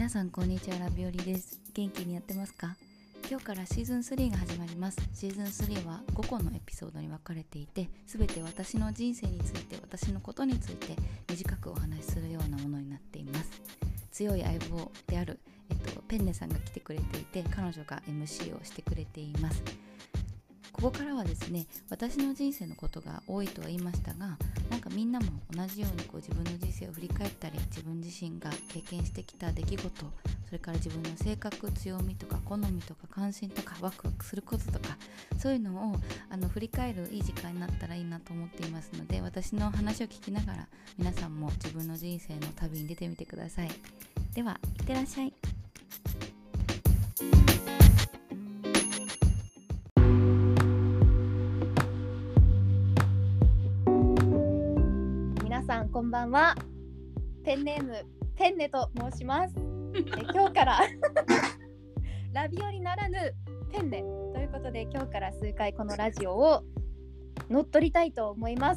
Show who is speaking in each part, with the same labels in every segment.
Speaker 1: 皆さんこんにちは、ラビオリです。元気にやってますか？今日からシーズン3が始まります。シーズン3は5個のエピソードに分かれていて、すべて私の人生について、私のことについて短くお話しするようなものになっています。強い相棒である、ペンネさんが来てくれていて、彼女が MC をしてくれています。ここからはですね、私の人生のことが多いとは言いましたが、なんかみんなも同じように自分の人生を振り返ったり、自分自身が経験してきた出来事、それから自分の性格、強みとか好みとか関心とかワクワクすることとか、そういうのを振り返るいい時間になったらいいなと思っていますので、私の話を聞きながら皆さんも自分の人生の旅に出てみてください。では、いってらっしゃい。
Speaker 2: 皆さんこんばんは。ペンネームペンネと申します。今日からラビオリならぬペンネということで、今日から数回このラジオを乗っ取りたいと思います。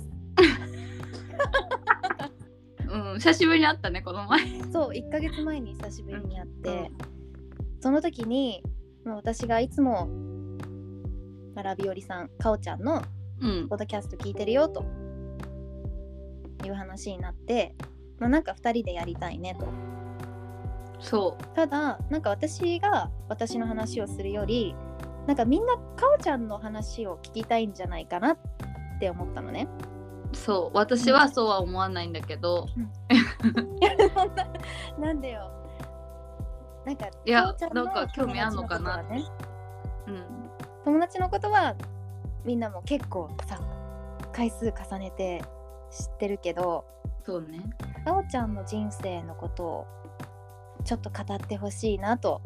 Speaker 1: 久しぶりに会ったね、この前。
Speaker 2: そう、1ヶ月前に久しぶりに会って、その時に私がいつもラビオリさん、かおちゃんのポッドキャスト聞いてるよという話になって、なんか2人でやりたいねと。
Speaker 1: そう。
Speaker 2: ただなんか私が私の話をするより、なんかみんなかおちゃんの話を聞きたいんじゃないかなって思ったのね。
Speaker 1: そう、私はそうは思わないんだけど、
Speaker 2: なんでよ。なんか
Speaker 1: いや、
Speaker 2: かおちゃんの
Speaker 1: なんか興味あんのかなって。
Speaker 2: 友達のことはみんなも結構さ、回数重ねて知ってるけど、
Speaker 1: そうね。
Speaker 2: かおちゃんの人生のことをちょっと語ってほしいなと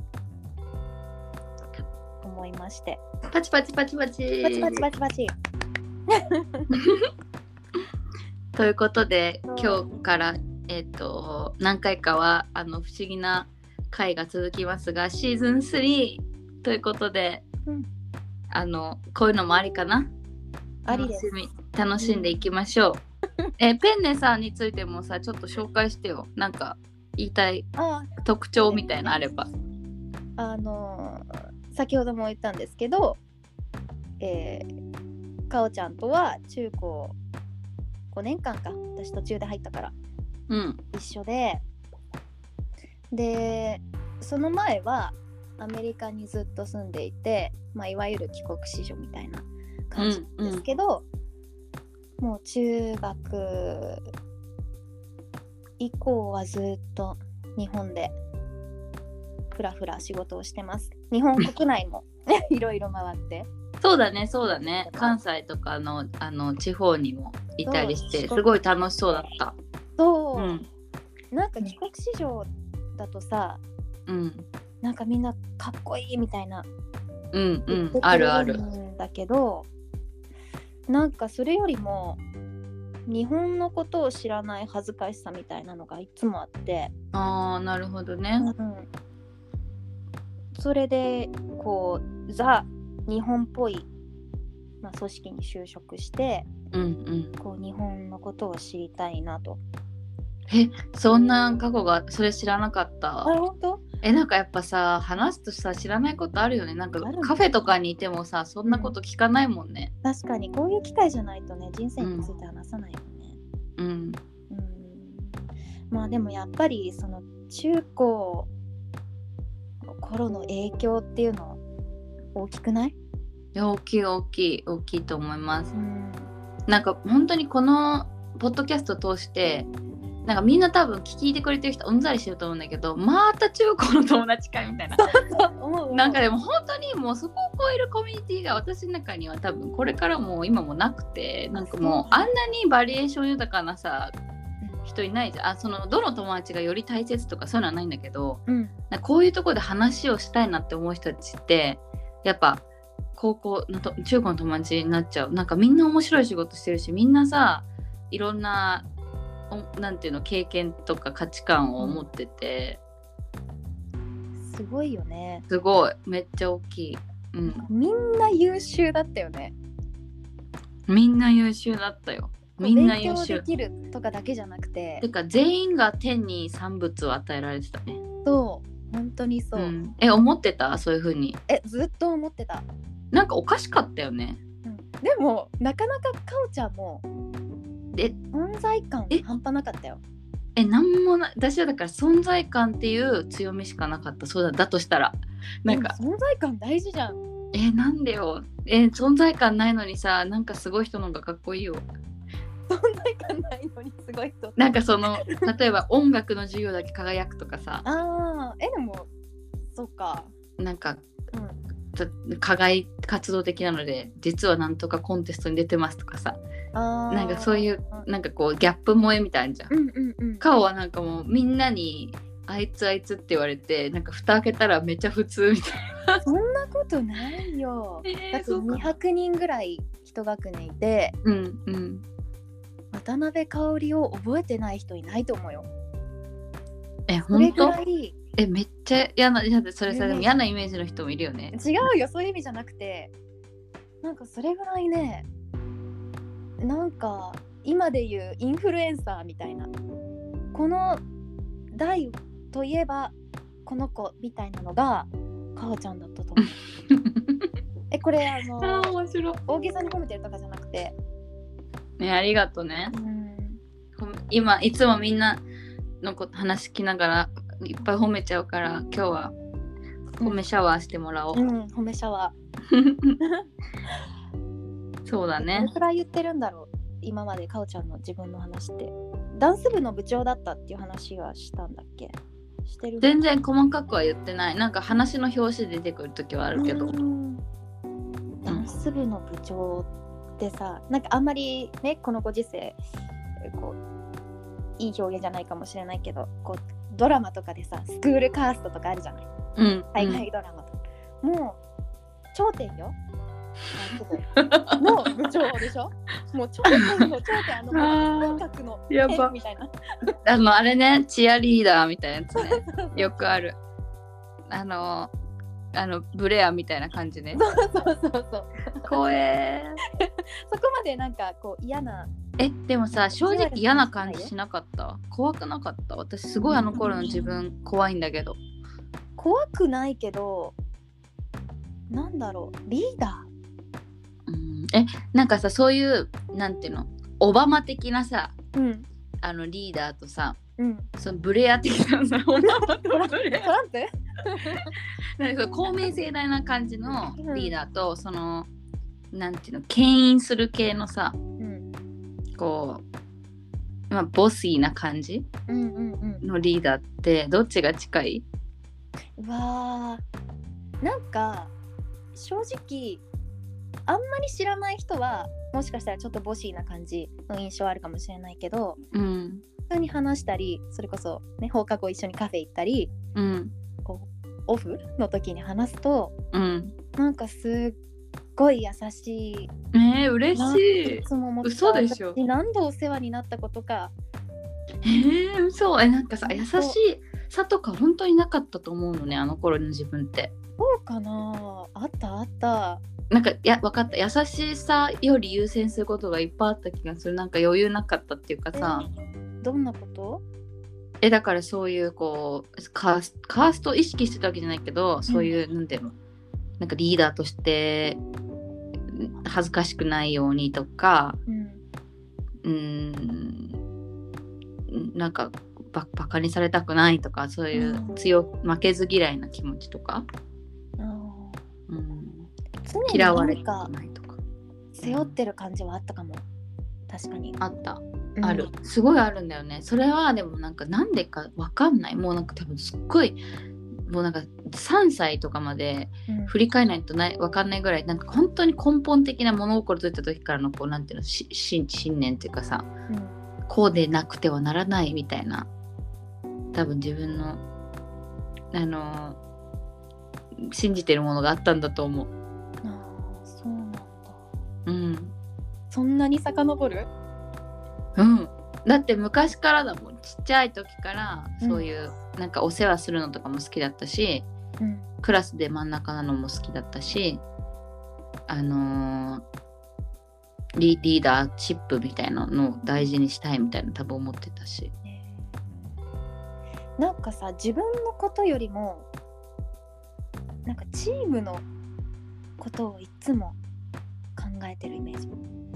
Speaker 2: 思いまして。
Speaker 1: パチパチパチパチ。
Speaker 2: パチパチパチパチ。
Speaker 1: ということで、今日から何回かは不思議な回が続きますが、シーズン3ということで、こういうのもありかな。
Speaker 2: ありです。
Speaker 1: 楽しんでいきましょう。ペンネさんについてもさ、ちょっと紹介してよ。なんか言いたい特徴みたいなあれば。
Speaker 2: 先ほども言ったんですけど、かおちゃんとは中高5年間か、私途中で入ったから、一緒で、その前はアメリカにずっと住んでいて、いわゆる帰国子女みたいな感じですけど、もう中学以降はずっと日本でふらふら仕事をしてます。日本国内もいろいろ回って。
Speaker 1: そうだね。関西とかの地方にもいたりして、すごい楽しそうだった。
Speaker 2: そう、なんか帰国子女だとさ、なんかみんなかっこいいみたいな、
Speaker 1: あるある
Speaker 2: んだけど、なんかそれよりも日本のことを知らない恥ずかしさみたいなのがいつもあって。
Speaker 1: なるほどね。
Speaker 2: それでザ日本っぽい、組織に就職して、日本のことを知りたいなと。
Speaker 1: そんな過去が、それ知らなかった。
Speaker 2: 本当？
Speaker 1: なんかやっぱさ、話すとさ、知らないことあるよね。なんかカフェとかにいてもさ、そんなこと聞かないもんね。
Speaker 2: 確かにこういう機会じゃないとね、人生について話さないよね。でもやっぱりその中高頃の影響っていうの大きくない？い
Speaker 1: や、大きいと思います。なんか本当にこのポッドキャストを通して、なんかみんな多分聞いてくれてる人うんざりしてると思うんだけど、また中高の友達かみたいな。なんかでも本当にもうそこを超えるコミュニティが私の中には多分これからも今もなくて、なんかもうあんなにバリエーション豊かなさ人いないじゃん。そのどの友達がより大切とかそういうのはないんだけど、なんかこういうところで話をしたいなって思う人たちってやっぱ中高の友達になっちゃう。なんかみんな面白い仕事してるし、みんなさいろんななんていうの経験とか価値観を持ってて、
Speaker 2: すごいよね。
Speaker 1: すごい、めっちゃ大きい。
Speaker 2: みんな優秀だったよね。
Speaker 1: みんな優秀だったよ。みんな優秀。
Speaker 2: 勉強できるとかだけじゃなくて、
Speaker 1: てか全員が天に産物を与えられてたね。
Speaker 2: そう、 本当にそう、
Speaker 1: 思ってた？そういう風に
Speaker 2: ずっと思ってた。
Speaker 1: なんかおかしかったよね、
Speaker 2: でもなかなかかおちゃんも存在感半端なかったよ。
Speaker 1: なんもない。私はだから存在感っていう強みしかなかった。そうだとしたらなんか
Speaker 2: 存在感大事じゃん。
Speaker 1: なんでよ。存在感ないのにさ、なんかすごい人の方がかっこいいよ。
Speaker 2: 存在感ないのにすごい人。
Speaker 1: なんかその例えば音楽の授業だけ輝くとかさ。
Speaker 2: でもそっか。
Speaker 1: なんか、課外活動的なので実はなんとかコンテストに出てますとかさ。なんかそういうなんかこうギャップ萌えみたいなじゃん。カオはなんかもうみんなにあいつって言われて、なんか蓋開けたらめっちゃ普通みたいな。
Speaker 2: そんなことないよ。だって200人ぐらい一学年いて、渡辺香織を覚えてない人いないと思うよ。
Speaker 1: 本当？めっちゃ嫌な、それさ、でも嫌なイメージの人もいるよね。
Speaker 2: 違うよ、そういう意味じゃなくて、なんかそれぐらいね、なんか今でいうインフルエンサーみたいな、この代といえばこの子みたいなのがかおちゃんだったと思う。これ
Speaker 1: 面白い。
Speaker 2: 大げさに褒めてるとかじゃなくて
Speaker 1: ね、ありがとうね。今いつもみんなの話聞きながらいっぱい褒めちゃうから、今日は褒めシャワーしてもらおう。
Speaker 2: 褒めシャワ
Speaker 1: ー。そうだね。
Speaker 2: どれくらい言ってるんだろう、今までかおちゃんの自分の話って。ダンス部の部長だったっていう話はしたんだっけ？してる？
Speaker 1: 全然細かくは言ってない。なんか話の表紙で出てくる時はあるけど。
Speaker 2: ダンス部の部長ってさ、なんかあんまりね、このご時世こういい表現じゃないかもしれないけど、こうドラマとかでさ、スクールカーストとかあるじゃない。海外ドラマとか、もう頂点よ。の部長でしょ。もう頂点の頂点、音楽の変みたいな。
Speaker 1: あれね、チアリーダーみたいなやつね。よくある。ブレアみたいな感じね。
Speaker 2: そう。
Speaker 1: 怖え。
Speaker 2: そこまでなんかこう嫌な。
Speaker 1: でもさ、正直嫌な感じしなかった？怖くなかった？私すごいあの頃の自分怖いんだけど。
Speaker 2: 怖くないけど、なんだろう、リーダー。
Speaker 1: なんかさ、そういうなんていうの、オバマ的なさ、リーダーとさ、そのブレア的なさ、トランプなんか公明正大な感じのリーダーと、そのなんていうの、牽引する系のさ、こう、ボスイな感じのリーダーってどっちが近い？
Speaker 2: なんか正直あんまり知らない人はもしかしたらちょっとボシーな感じの印象あるかもしれないけど、普通に話したり、それこそね、放課後一緒にカフェ行ったり、こうオフの時に話すと、なんかすっごい優しい。
Speaker 1: 嬉しい。
Speaker 2: いつも思った。
Speaker 1: 嘘でしょ。
Speaker 2: 何度お世話になったことか。
Speaker 1: 嘘。なんかさ、優しさとか本当になかったと思うのね、あの頃の自分って。
Speaker 2: そうかな。あった。
Speaker 1: なんか分かった。優しさより優先することがいっぱいあった気がする。なんか余裕なかったっていうかさ。
Speaker 2: どんなこと？
Speaker 1: だからそういうこうカーストを意識してたわけじゃないけど、そういうなんていうの、なんかリーダーとして恥ずかしくないようにとか、なんかバカにされたくないとか、そういう負けず嫌いな気持ちとか、嫌われたくないとか
Speaker 2: 背負ってる感じはあったかも。確かに
Speaker 1: あった。ある、すごいあるんだよね。それはでもなんでかわかんない。もうなんか多分すっごい、もうなんか3歳とかまで振り返らないとわかんないぐらい、なんか本当に根本的な物心ついた時からのこうなんていうの、信念っていうかさ、こうでなくてはならないみたいな、多分自分の信じてるものがあったんだと思う。
Speaker 2: そうなんだ。
Speaker 1: そ
Speaker 2: んなに遡る？
Speaker 1: だって昔からだもん。ちっちゃい時からそういう、なんかお世話するのとかも好きだったし、クラスで真ん中なのも好きだったし、リーダーシップみたいなのを大事にしたいみたいな多分思ってたし、
Speaker 2: なんかさ、自分のことよりもなんかチームのことをいつも考えてるイメージ。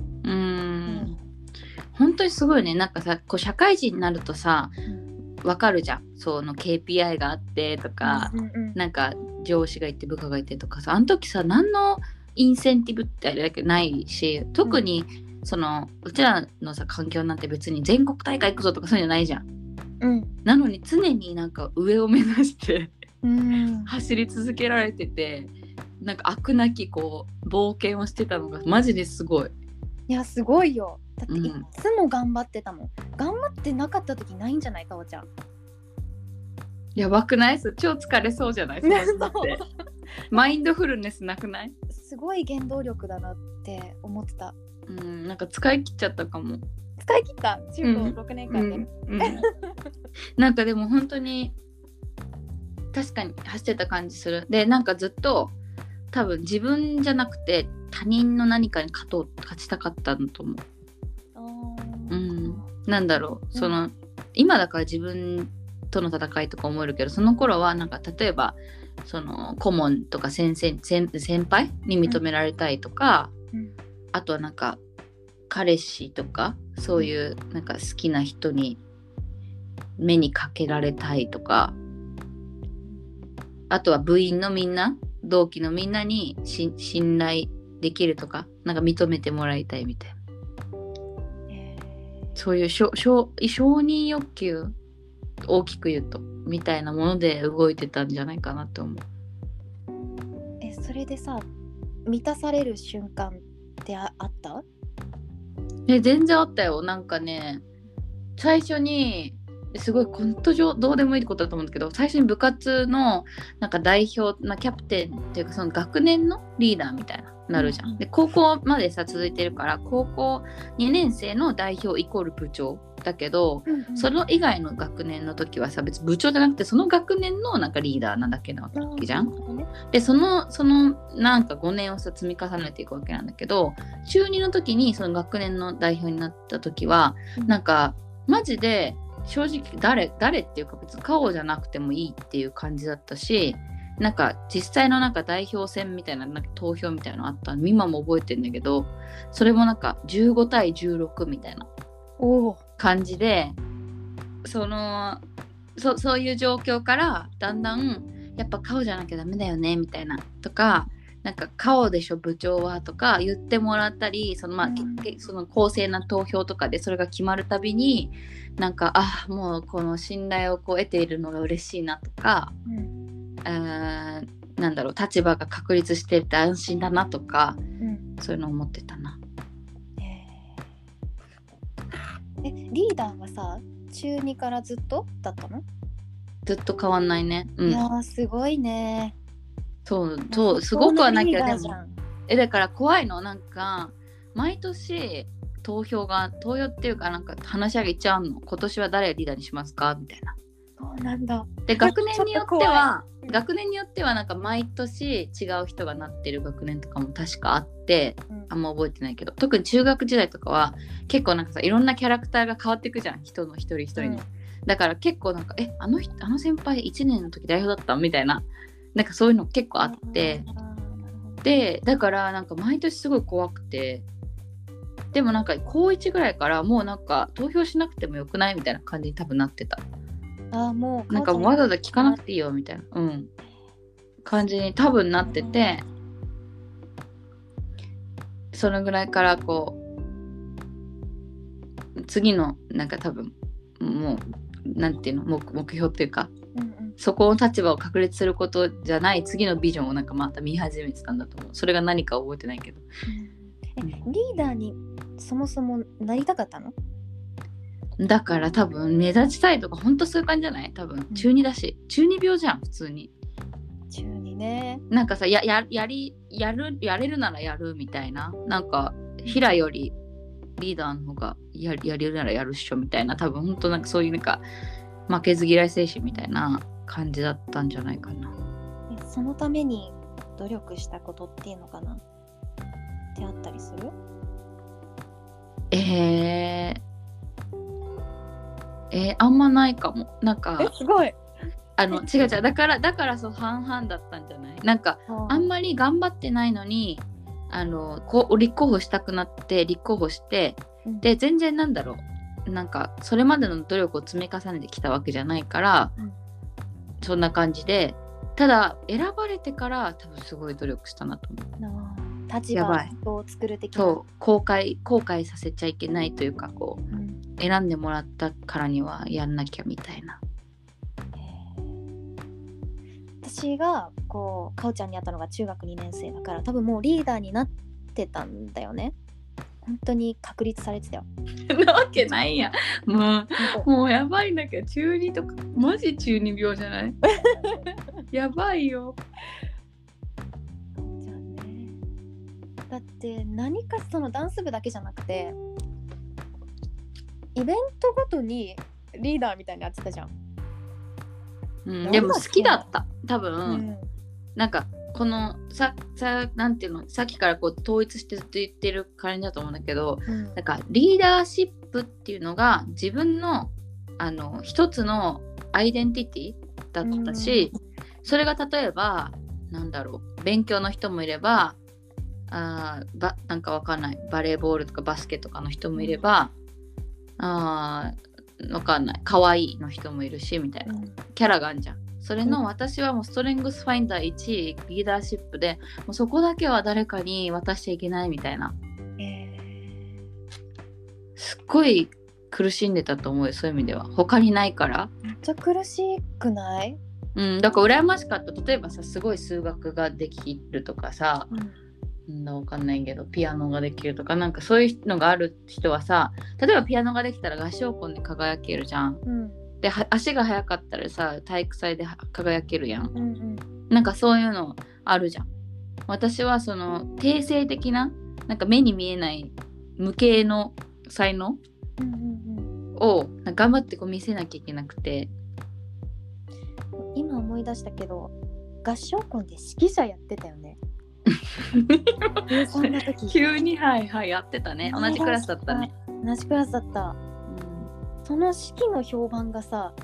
Speaker 1: 本当にすごいね。なんかさ、こう社会人になるとさ、わかるじゃん。その KPI があってとか、なんか上司がいて部下がいてとかさ、あの時さ、何のインセンティブってあれだけないし、特にそのうちらのさ環境なんて別に全国大会行くぞとかそういうのないじゃん。なのに常になんか上を目指して走り続けられてて、なんか飽くなきこう冒険をしてたのがマジですごい。
Speaker 2: いやすごいよ。だっていつも頑張ってたもん。頑張ってなかった時ないんじゃないかおちゃん。
Speaker 1: やばくない？超疲れそうじゃない？そうってマインドフルネスなくない？
Speaker 2: すごい原動力だなって思ってた。
Speaker 1: なんか使い切っちゃったかも。
Speaker 2: 使い切った中高6年間で、
Speaker 1: なんかでも本当に確かに走ってた感じする。でなんかずっと多分自分じゃなくて他人の何かに勝ちたかったんだと思う。なんだろう、その今だから自分との戦いとか思えるけど、その頃はなんか例えばその顧問とか先輩に認められたいとか、あとはなんか彼氏とかそういうなんか好きな人に目にかけられたいとか、あとは部員のみんな、同期のみんなに信頼できるとか、なんか認めてもらいたいみたいな、そういう承認欲求、大きく言うとみたいなもので動いてたんじゃないかなと思う。
Speaker 2: それでさ、満たされる瞬間ってあった？
Speaker 1: 全然あったよ。なんかね、最初にすごい本当どうでもいいことだと思うんだけど、最初に部活のなんか代表なキャプテンっていうかその学年のリーダーみたいなるじゃん。で高校までさ続いてるから、高校2年生の代表イコール部長だけど、その以外の学年の時はさ別に部長じゃなくてその学年のなんかリーダーなだけなわけじゃん。でそのなんか5年をさ積み重ねていくわけなんだけど、中2の時にその学年の代表になった時は、なんかマジで正直誰っていうか別に顔じゃなくてもいいっていう感じだったし、なんか実際のなんか代表選みたいな、なんか投票みたいなのあったの今も覚えてるんだけど、それもなんか15対16みたいな感じで、そういう状況からだんだんやっぱ顔じゃなきゃダメだよねみたいなとか、なんか顔でしょ部長はとか言ってもらったり、その公正な投票とかでそれが決まるたびになんかもうこの信頼をこう得ているのが嬉しいなとか、なんだろう、立場が確立してて安心だなとか、そういうの思ってたな。
Speaker 2: リーダーはさ中2からずっとだったの？
Speaker 1: ずっと変わんないね。
Speaker 2: いやすごいね。
Speaker 1: そうすごくはなきゃ、でもだから怖いの、なんか毎年投票っていうかなんか話し合いがいっちゃうの。今年は誰をリーダーにしますかみたいな。
Speaker 2: そうなんだ。
Speaker 1: で学年によってはなんか毎年違う人がなってる学年とかも確かあって、あんま覚えてないけど、特に中学時代とかは結構なんかさいろんなキャラクターが変わってくじゃん、人の一人一人に、だから結構なんかあの先輩1年の時代表だったみたいな、なんかそういうの結構あって、でだからなんか毎年すごい怖くて、でもなんか高1ぐらいからもうなんか投票しなくてもよくないみたいな感じに多分なってた。
Speaker 2: もう
Speaker 1: なんかわざわざ聞かなくていいよみたいな、感じに多分なってて、そのぐらいからこう次のなんか多分もうなんていうの目標っていうか、そこの立場を確立することじゃない次のビジョンをなんかまた見始めてたんだと思う。それが何か覚えてないけど、
Speaker 2: リーダーにそもそもなりたかったの？
Speaker 1: だから多分目立ちたいとか本当そういう感じじゃない？多分中2だし、中2病じゃん普通に。
Speaker 2: 中2ね。なん
Speaker 1: かさやれるならやるみたいな、なんか平よりリーダーの方がやれるならやるっしょみたいな、多分本当なんかそういうなんか負けず嫌い精神みたいな感じだったんじゃないかな。
Speaker 2: そのために努力したことっていうのかなってあったりする？
Speaker 1: あんまないかも。なんか
Speaker 2: すごい。
Speaker 1: 違うだからそう半々だったんじゃない？なんかあんまり頑張ってないのに立候補したくなって立候補して、で全然なんかそれまでの努力を積み重ねてきたわけじゃないから、そんな感じで、ただ選ばれてから多分すごい努力したなと思う。
Speaker 2: 立場を作る的な。
Speaker 1: そう後悔させちゃいけないというかこう、選んでもらったからにはやんなきゃみたいな。
Speaker 2: 私がこうかおちゃんに会ったのが中学2年生だから多分もうリーダーになってたんだよね。本当に確立されてたよ。
Speaker 1: なわけないやもうやばいんだけど、中2とかマジ中二病じゃないやばいよ。
Speaker 2: じゃあね、だって何かそのダンス部だけじゃなくてイベントごとにリーダーみたいにやってたじゃん。
Speaker 1: でも好きだった多分、なんかこのなんていうの、さっきからこう統一してずっと言ってる感じだと思うんだけど、なんかリーダーシップっていうのが自分の一つのアイデンティティだったし、それが例えば勉強の人もいればなんかわかんないバレーボールとかバスケとかの人もいれば、わかんない可愛いの人もいるしみたいな、キャラがあるじゃん。それの私はもうストレングスファインダー1位リーダーシップで、もうそこだけは誰かに渡しちゃいけないみたいな、すっごい苦しんでたと思うよ。そういう意味では他にないから。
Speaker 2: めっちゃ苦しくない？
Speaker 1: だから羨ましかった。例えばさ、すごい数学ができるとかさ、わかんないけどピアノができるとか、なんかそういうのがある人はさ、例えばピアノができたら合唱コンで輝けるじゃん、で足が速かったらさ体育祭で輝けるやん、なんかそういうのあるじゃん。私はその定性的な、なんか目に見えない無形の才能を頑張ってこう見せなきゃいけなくて、
Speaker 2: 今思い出したけど合唱コンで指揮者やってたよねそんな時
Speaker 1: 急にやってたね。同じクラスだったね。
Speaker 2: 同じクラスだった、その式の評判がさ、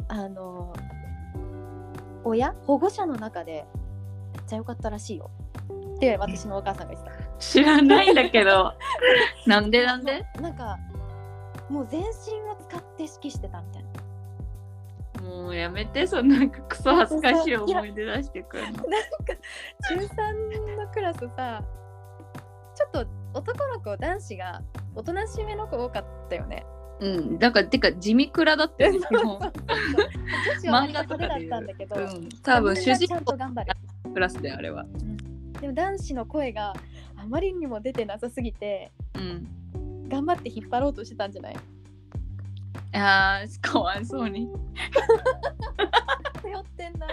Speaker 2: 保護者の中でめっちゃ良かったらしいよって私のお母さんが言ってた。
Speaker 1: 知らないんだけどなんでなん
Speaker 2: かもう全身を使って指揮してたみたいな。
Speaker 1: もうやめて、そんなんかクソ恥ずかしい思い出出してくるの。なんか
Speaker 2: 中3のクラスさ、ちょっと男の子男子がおとなしめの子多かったよね。
Speaker 1: だからてか地味クラだったよね。
Speaker 2: 女子は漫画とかだったんだけど、
Speaker 1: 多分主人
Speaker 2: ちゃんと頑張る
Speaker 1: クラスであれは、
Speaker 2: でも男子の声があまりにも出てなさすぎて、頑張って引っ張ろうとしてたんじゃない？
Speaker 1: かわいそうに
Speaker 2: 背負ってんな。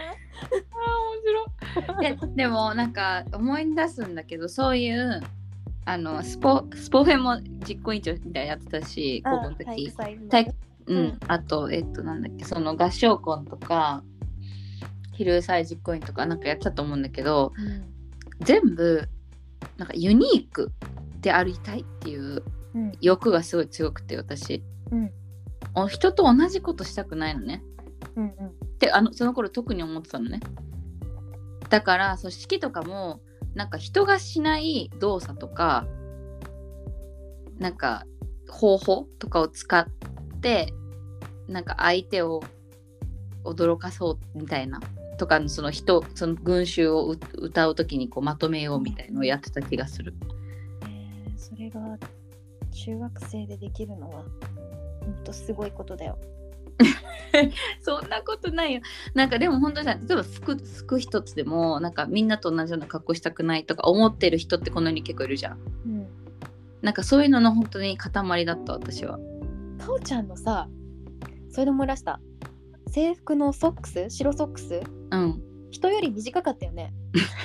Speaker 1: 面白い。でもなんか思い出すんだけど、そういうスポフェも実行委員長みたいなやってたし、高校の時あとなんだっけ、その合唱コンとか昼祭実行委員とかなんかやってたと思うんだけど、全部なんかユニークでありたいっていう欲がすごい強くて、私、人と同じことしたくないのね、でその頃特に思ってたのね。だからそう式とかもなんか人がしない動作とかなんか方法とかを使ってなんか相手を驚かそうみたいなとか、その群衆を歌う時にこうまとめようみたいのをやってた気がする。
Speaker 2: それが中学生でできるのはほんとすごいことだよ。
Speaker 1: そんなことないよ。なんかでも本当にさ、例えば服一つでもなんかみんなと同じような格好したくないとか思ってる人ってこの世に結構いるじゃん、なんかそういうのの本当に塊だった私は。
Speaker 2: かおちゃんのさ、それで思い出した、制服のソックス、白ソックス、人より短かったよね。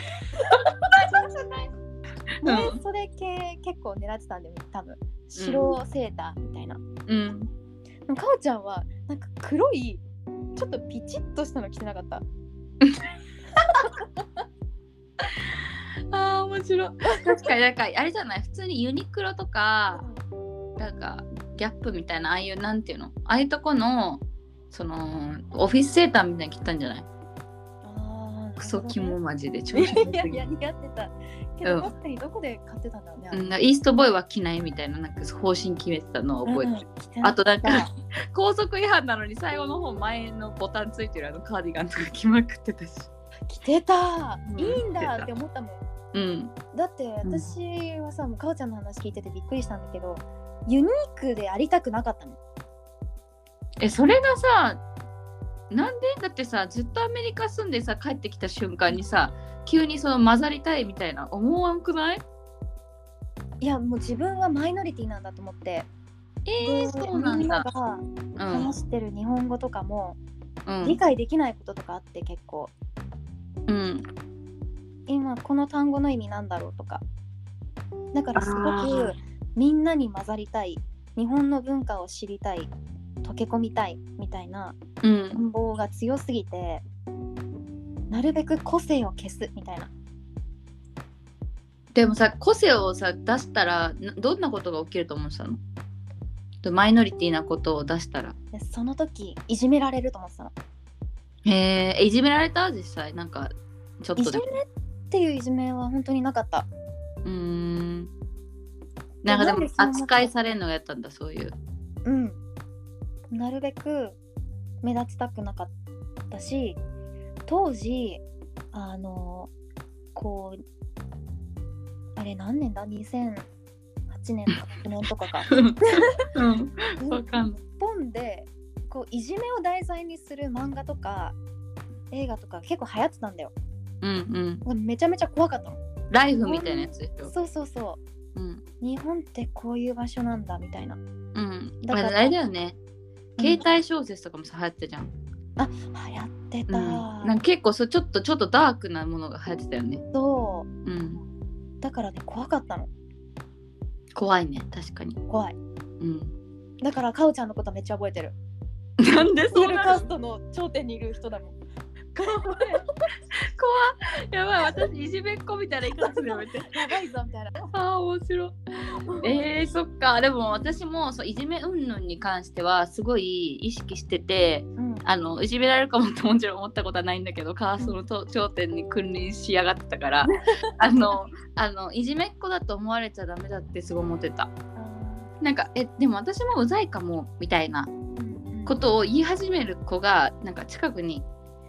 Speaker 2: それ系結構狙ってたんだよね、多分白セーターみたいな。でもかおちゃんはなんか黒いちょっとピチッとしたの着てなかった？
Speaker 1: 面白い。確かになんかあれじゃない、普通にユニクロとかなんかギャップみたいな、ああいうなんていうの、ああいうとこのそのオフィスセーターみたいに着たんじゃない？クソキモマジで超
Speaker 2: いやいや似合ってたけど、確かにどこで買ってたんだろうね、
Speaker 1: イーストボーイは着ないみたいな、なんか方針決めてたのを覚えてる、あとなんか高速違反なのに最後の方前のボタンついてるカーディガンとか着まくってたし、
Speaker 2: 着てた、いいんだって思ったもん、だって私はさ、もうかおちゃんの話聞いててびっくりしたんだけど、ユニークでありたくなかったの。
Speaker 1: それがさ、なんで？だってさ、ずっとアメリカ住んでさ、帰ってきた瞬間にさ、急にその混ざりたいみたいな思わんくない？
Speaker 2: いや、もう自分はマイノリティなんだと思って、
Speaker 1: そうなんだ。
Speaker 2: みんなが話してる日本語とかも、理解できないこととかあって結構、今この単語の意味なんだろうとか、だからすごくみんなに混ざりたい、日本の文化を知りたい、溶け込みたいみたいな願望が強すぎて、なるべく個性を消すみたいな。
Speaker 1: でもさ、個性をさ出したらどんなことが起きると思ってたの？マイノリティなことを出したら。
Speaker 2: その時いじめられると思ってたの。
Speaker 1: いじめられた？実際なんかちょっとでも。いじめ
Speaker 2: っていういじめは本当になかった。
Speaker 1: なんかでも扱いされるのがやったんだ、そういう。
Speaker 2: なるべく目立ちたくなかったし、当時こうあれ何年だ、2008年とか9年とかか
Speaker 1: わかんない。
Speaker 2: 日本でこういじめを題材にする漫画とか映画とか結構流行ってたんだよ。めちゃめちゃ怖かったの。
Speaker 1: ライフみたいなやつでしょ。
Speaker 2: そう、日本ってこういう場所なんだみたいな。
Speaker 1: だからあれだよね、携帯小説とかもさ流行ってたじゃん。
Speaker 2: 流行ってた、
Speaker 1: なんか結構ちょっとダークなものが流行ってたよね。
Speaker 2: だからね、怖かったの。
Speaker 1: 怖いね、確かに
Speaker 2: 怖い。だからかおちゃんのことめっちゃ覚えてる。
Speaker 1: なんでそんな
Speaker 2: カーストの頂点にいる人だもん。
Speaker 1: 怖い、やばい、私いじめっ子みたいな言い方するやめて。
Speaker 2: やばいぞみたい
Speaker 1: な。面白い。そっか。でも私もそういじめ云々に関してはすごい意識してて、いじめられるかもってもちろん思ったことはないんだけど、カーストの頂点に君臨しやがってたからいじめっ子だと思われちゃダメだってすごい思ってた。なんかでも私もうざいかもみたいなことを言い始める子がなんか近くに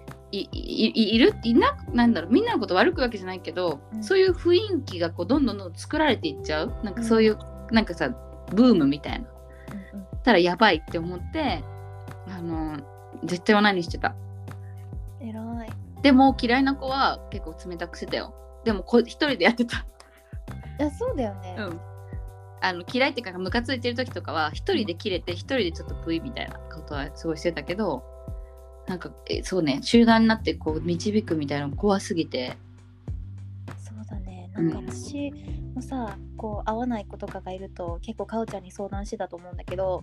Speaker 1: なんだろう、みんなのこと悪くわけじゃないけど、そういう雰囲気がこうどんどん作られていっちゃう、なんかそういう、なんかさブームみたいな、たらやばいって思って絶対は何してた。
Speaker 2: 偉い。
Speaker 1: でも嫌いな子は結構冷たくしてたよ。でも一人でやってた。
Speaker 2: いや、そうだよね。
Speaker 1: 嫌いっていうかムカついてる時とかは一人で切れて一人でちょっとプイみたいなことはすごいしてたけど、なんかそうね、集団になってこう導くみたいなの怖すぎて。
Speaker 2: そうだね、なんか私もさ、こう合わない子とかがいると結構かおちゃんに相談してたと思うんだけど、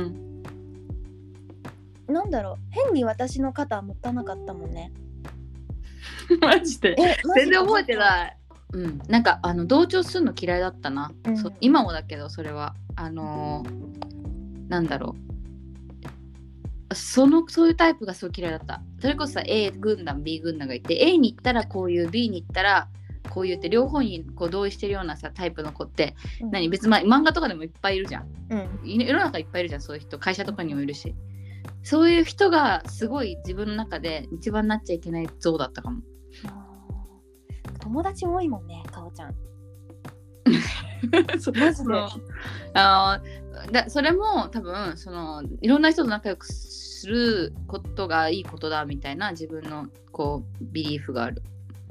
Speaker 2: なんだろう、変に私の肩持たなかったもんね。
Speaker 1: マジで全然覚えてない。なんか同調するの嫌いだったな、今もだけど、それはなんだろう、そういうタイプがすごい嫌いだった。それこそさ A 軍団 B 軍団がいて、 A に行ったらこういう B に行ったらこういうって両方にこう同意してるようなさタイプの子って、別に漫画とかでもいっぱいいるじゃん、世の中いっぱいいるじゃん、そういう人。会社とかにもいるし、そういう人がすごい自分の中で一番なっちゃいけない像だったかも。
Speaker 2: 友達多いもんね、かおちゃん。
Speaker 1: マジで。それも多分いろんな人と仲良くすることがいいことだみたいな自分のこうビリーフがある。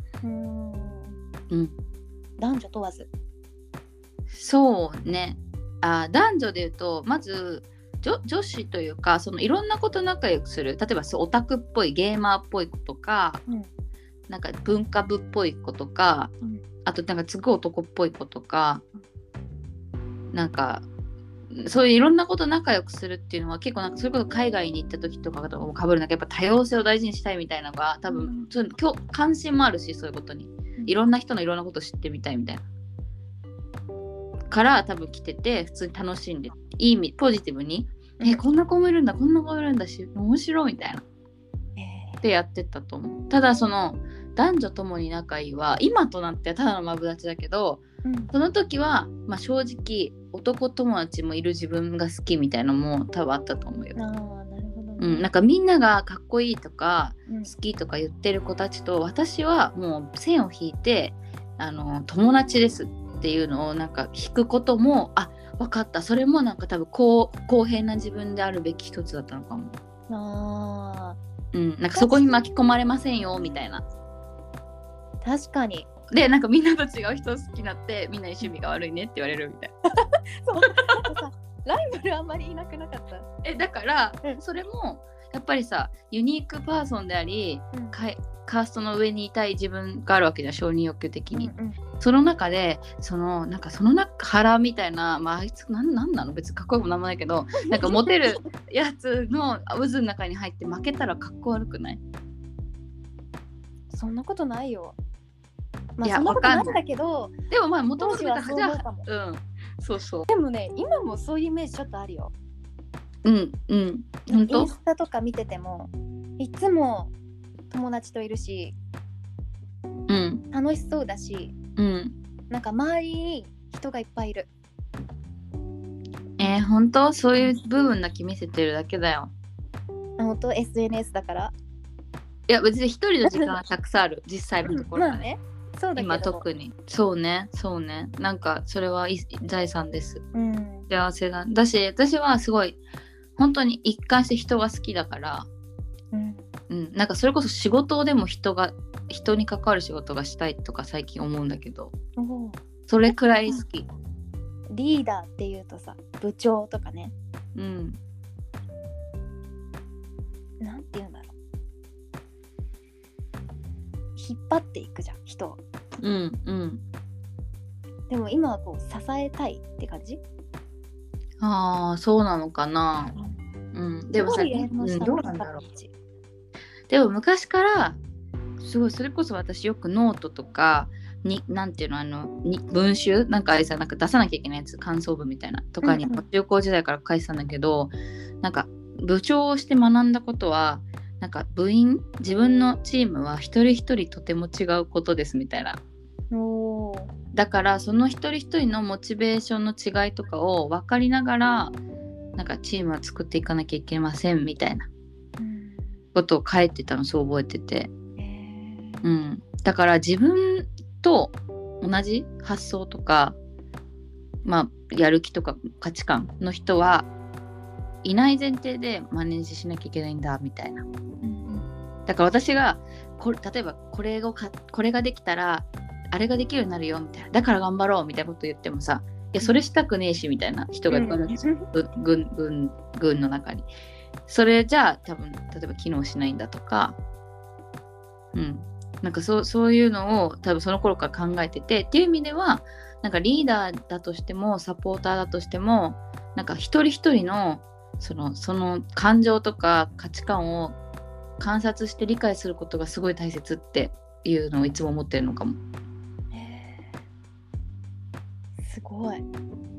Speaker 2: 男女問わず。
Speaker 1: そうね。男女で言うとまず女子というか、いろんなこと仲良くする、例えばオタクっぽいゲーマーっぽい子とか、なんか文化部っぽい子とか、あとなんかすごい男っぽい子とか、なんかそういういろんなこと仲良くするっていうのは結構なんかそれこそ海外に行った時とかとも被る、なんかやっぱ多様性を大事にしたいみたいなのが多分、関心もあるし、そういうことにいろんな人のいろんなことを知ってみたいみたいな
Speaker 3: から多分来てて、普通に楽しんで、いい意味ポジティブに、こんな子もいるんだ、こんな子もいるんだし面白いみたいなでやってたと思う。ただその男女ともに仲いいは今となってはただのマブダチだけど、その時は、まあ、正直男友達もいる自分が好きみたいなのも多分あったと思うよ。
Speaker 2: なるほどね。
Speaker 3: なんかみんながかっこいいとか、好きとか言ってる子たちと、私はもう線を引いて友達ですっていうのをなんか引くことも、分かった、それもなんか多分公平な自分であるべき一つだったのかも。なんかそこに巻き込まれませんよみたいな。
Speaker 2: 確かに。
Speaker 3: でなんかみんなと違う人好きになってみんなに趣味が悪いねって言われるみたいな。
Speaker 2: そうなんかさライバルあんまりいなくなかった？
Speaker 3: だから、それもやっぱりさユニークパーソンであり、カーストの上にいたい自分があるわけじゃん、承認欲求的に、その中でその腹みたいな、あいつなんなの別にかっこよくもなんもないけどなんかモテるやつの渦の中に入って負けたらかっこ悪くない？
Speaker 2: そんなことないよ。
Speaker 3: いや
Speaker 2: そんなことないんだけど、
Speaker 3: でももともと
Speaker 2: はそう思うかも。
Speaker 3: そうそう。
Speaker 2: でもね今もそういうイメージちょっとあるよ。
Speaker 3: 本当？
Speaker 2: インスタとか見ててもいつも友達といるし、楽しそうだし、なんか周りに人がいっぱいいる。
Speaker 3: 本当？そういう部分だけ見せてるだけだよ。
Speaker 2: 本当 SNS だから？
Speaker 3: いや別に一人の時間はたくさんある実際のところは
Speaker 2: ね。そうだけど
Speaker 3: 今特にそうねなんかそれは財産です、幸せだし、私はすごい本当に一貫して人が好きだから、なんかそれこそ仕事でも人に関わる仕事がしたいとか最近思うんだけど、それくらい好き。
Speaker 2: リーダーっていうとさ部長とかね、なんていうんだろう、引っ張っていくじゃん人を。でも今はこう支えたいって感じ？
Speaker 3: そうなのかな。でもさ、どうなんだろう。でも昔からすごい、それこそ私よくノートとかになんていうの文集なんかなんか出さなきゃいけないやつ、感想文みたいなとかに中高時代から書いてたんだけど、なんか部長をして学んだことはなんか自分のチームは一人一人とても違うことですみたいな。だからその一人一人のモチベーションの違いとかを分かりながらなんかチームは作っていかなきゃいけませんみたいなことを書いてたの、そう覚えてて、だから自分と同じ発想とか、やる気とか価値観の人はいない前提でマネージしなきゃいけないんだみたいな、だから私が例えばこれができたらあれができるようになるよみたいな、だから頑張ろうみたいなこと言ってもさ、いやそれしたくねえしみたいな人がいっぱいいるんですよ、軍の中に。それじゃあ多分例えば機能しないんだとか、なんかそういうのを多分その頃から考えてて、っていう意味ではなんかリーダーだとしてもサポーターだとしてもなんか一人一人のその感情とか価値観を観察して理解することがすごい大切っていうのをいつも思ってるのかも。
Speaker 2: すごい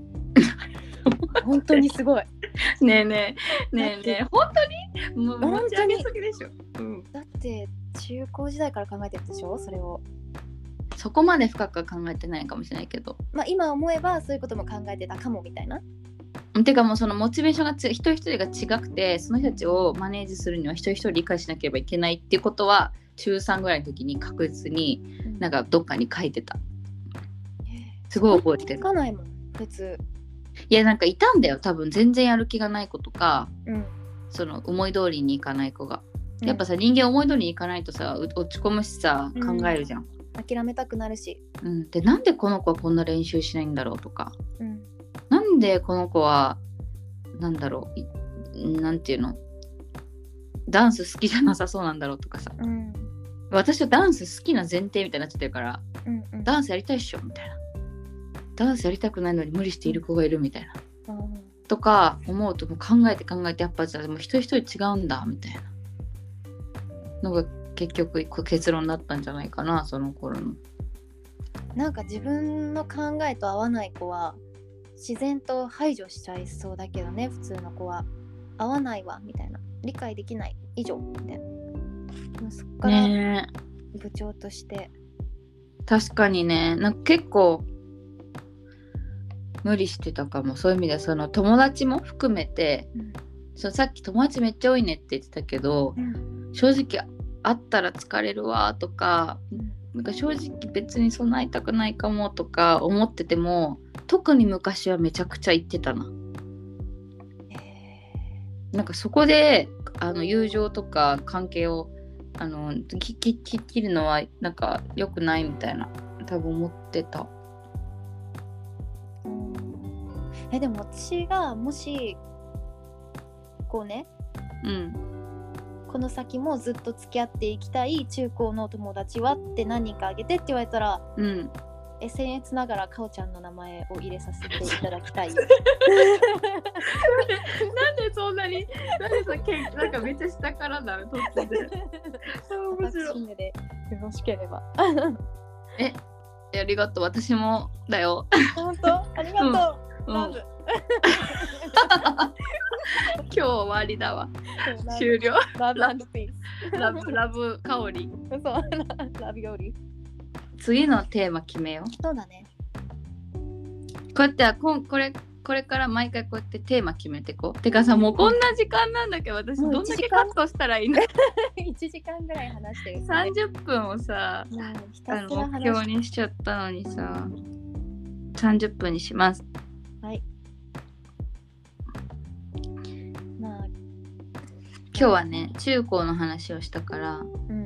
Speaker 2: 本当にすごい
Speaker 3: ねえ本当にもう持ち上げすぎでしょ、
Speaker 2: だって中高時代から考えてるでしょ、それを。
Speaker 3: そこまで深くは考えてないかもしれないけど、
Speaker 2: 今思えばそういうことも考えてたかもみたいな。
Speaker 3: てかもうそのモチベーションが一人一人が違くて、その人たちをマネージするには一人一人理解しなければいけないっていうことは中3ぐらいの時に確実になんかどっかに書いてた、すごい覚えてる。
Speaker 2: 書かないもん普通。
Speaker 3: いやなんかいたんだよ多分、全然やる気がない子とか、その思い通りにいかない子が、やっぱさ人間思い通りにいかないとさ落ち込むしさ、考えるじゃん、
Speaker 2: 諦めたくなるし、
Speaker 3: でなんでこの子はこんな練習しないんだろうとか、なんでこの子はなんだろう、なんていうの、ダンス好きじゃなさそうなんだろうとかさ、私はダンス好きな前提みたいになっちゃってるから、ダンスやりたいっしょみたいな、ダンスやりたくないのに無理している子がいるみたいな、とか思うともう考えてやっぱじゃあもう一人一人違うんだみたいなのが結局結論だったんじゃないかな、その頃の。
Speaker 2: なんか自分の考えと合わない子は自然と排除しちゃいそうだけどね、普通の子は。合わないわみたいな、理解できない以上みたいな。そこから部長として、
Speaker 3: 確かにね、なんか結構無理してたかも。そういう意味ではその友達も含めて、さっき友達めっちゃ多いねって言ってたけど、正直会ったら疲れるわとか、なんか正直別に備えたくないかもとか思ってても、特に昔はめちゃくちゃ言ってたな。なんかそこで友情とか関係を切るのはなんか良くないみたいな多分思ってた。
Speaker 2: でも私がもしこうね、この先もずっと付き合っていきたい中高の友達はって何人かあげてって言われたら、僭越ながらかおちゃんの名前を入れさせていただきたい。なん
Speaker 3: でそんなになんかめっちゃ下からなる突然。面白い。
Speaker 2: でよろしければ。
Speaker 3: ありがとう。私もだよ。
Speaker 2: 本当ありがとう。ラブ。
Speaker 3: 今日終わりだわ。終了。
Speaker 2: ラブ&ピース。
Speaker 3: ラブ香り。
Speaker 2: そう。ラビオリ。
Speaker 3: 次のテーマ決めよう。
Speaker 2: そうだね。
Speaker 3: こうやってこれから毎回こうやってテーマ決めてこう。てかさ、もうこんな時間なんだけど、私どんだけカットしたらいいの？
Speaker 2: 1時間ぐらい話してる。
Speaker 3: 30分をさ、目標にしちゃったのにさ、30分にします。
Speaker 2: はい。
Speaker 3: 今日はね、中高の話をしたから、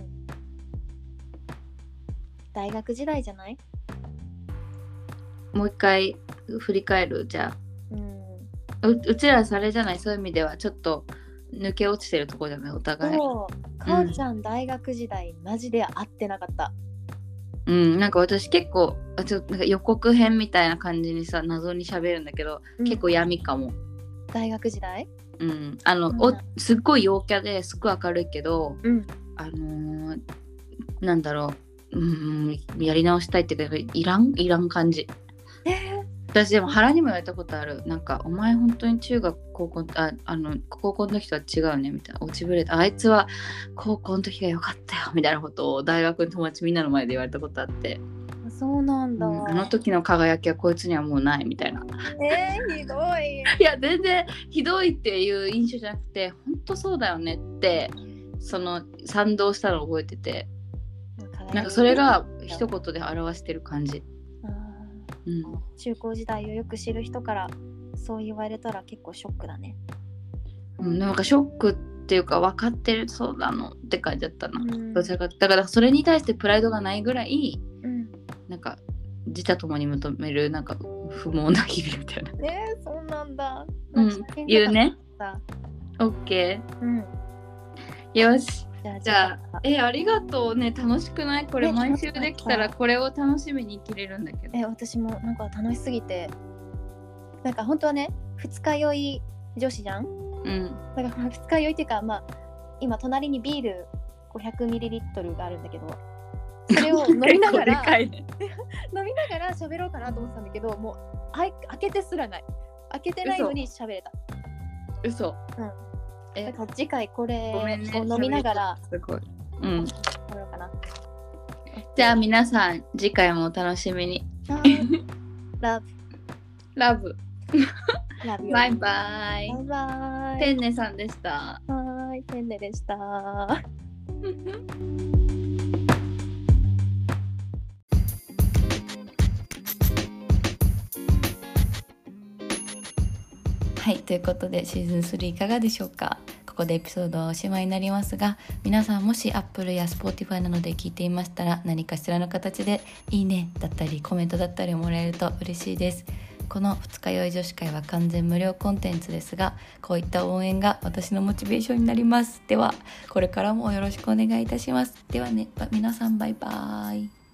Speaker 2: 大学時代じゃない？
Speaker 3: もう一回振り返る。じゃあ、うちらそれじゃない、そういう意味ではちょっと抜け落ちてるところじゃない、お互い。
Speaker 2: かおちゃん、大学時代マジで会ってなかった。
Speaker 3: なんか私結構ちょっとなんか予告編みたいな感じにさ、謎に喋るんだけど、結構闇かも。
Speaker 2: 大学時代？
Speaker 3: すっごい陽キャですっごい明るいけど、なんだろう、やり直したいっていうかいらん感じ。私でも原にも言われたことある。なんかお前本当に中学高校の時とは違うねみたいな、落ちぶれた。あいつは高校の時が良かったよみたいなことを大学の友達みんなの前で言われたことあって。
Speaker 2: そうなんだ。
Speaker 3: あの時の輝きはこいつにはもうないみたいな。
Speaker 2: ひどい。
Speaker 3: いや全然ひどいっていう印象じゃなくて、本当そうだよねって賛同したのを覚えてて、なんかそれが一言で表してる感じ。
Speaker 2: 中高時代をよく知る人からそう言われたら結構ショックだね。
Speaker 3: なんかショックっていうか、分かってるそうなのって感じだったな。だからそれに対してプライドがないぐらい、なんか自他ともに認めるなんか不毛な日々みたいな。
Speaker 2: そうなんだ。
Speaker 3: 言うね。オッケー。よし。じゃあありがとうね。楽しくない？これ毎週できたらこれを楽しみに生きれるんだけど。
Speaker 2: 私もなんか楽しすぎて、なんか本当はね、二日酔い女子じゃん。だから二日酔いっていうか、今隣にビール 500ml があるんだけど、それを飲みながら飲みながら喋ろうかなと思ってたんだけど、もう開けてすらない。開けてないのに喋れた。
Speaker 3: 嘘。
Speaker 2: だから次回これを飲みながら
Speaker 3: すごい。
Speaker 2: 食べようかな。
Speaker 3: じゃあ皆さん次回もお楽しみに。
Speaker 2: ラブ
Speaker 3: バイバイ。ペンネさんでした。
Speaker 2: ペンネでした。
Speaker 1: はい、ということでシーズン3いかがでしょうか。ここでエピソードはおしまいになりますが、皆さんもし Apple や Spotify などで聞いていましたら、何かしらの形でいいねだったりコメントだったりもらえると嬉しいです。この二日酔い女子会は完全無料コンテンツですが、こういった応援が私のモチベーションになります。ではこれからもよろしくお願いいたします。ではね、皆さんバイバイ。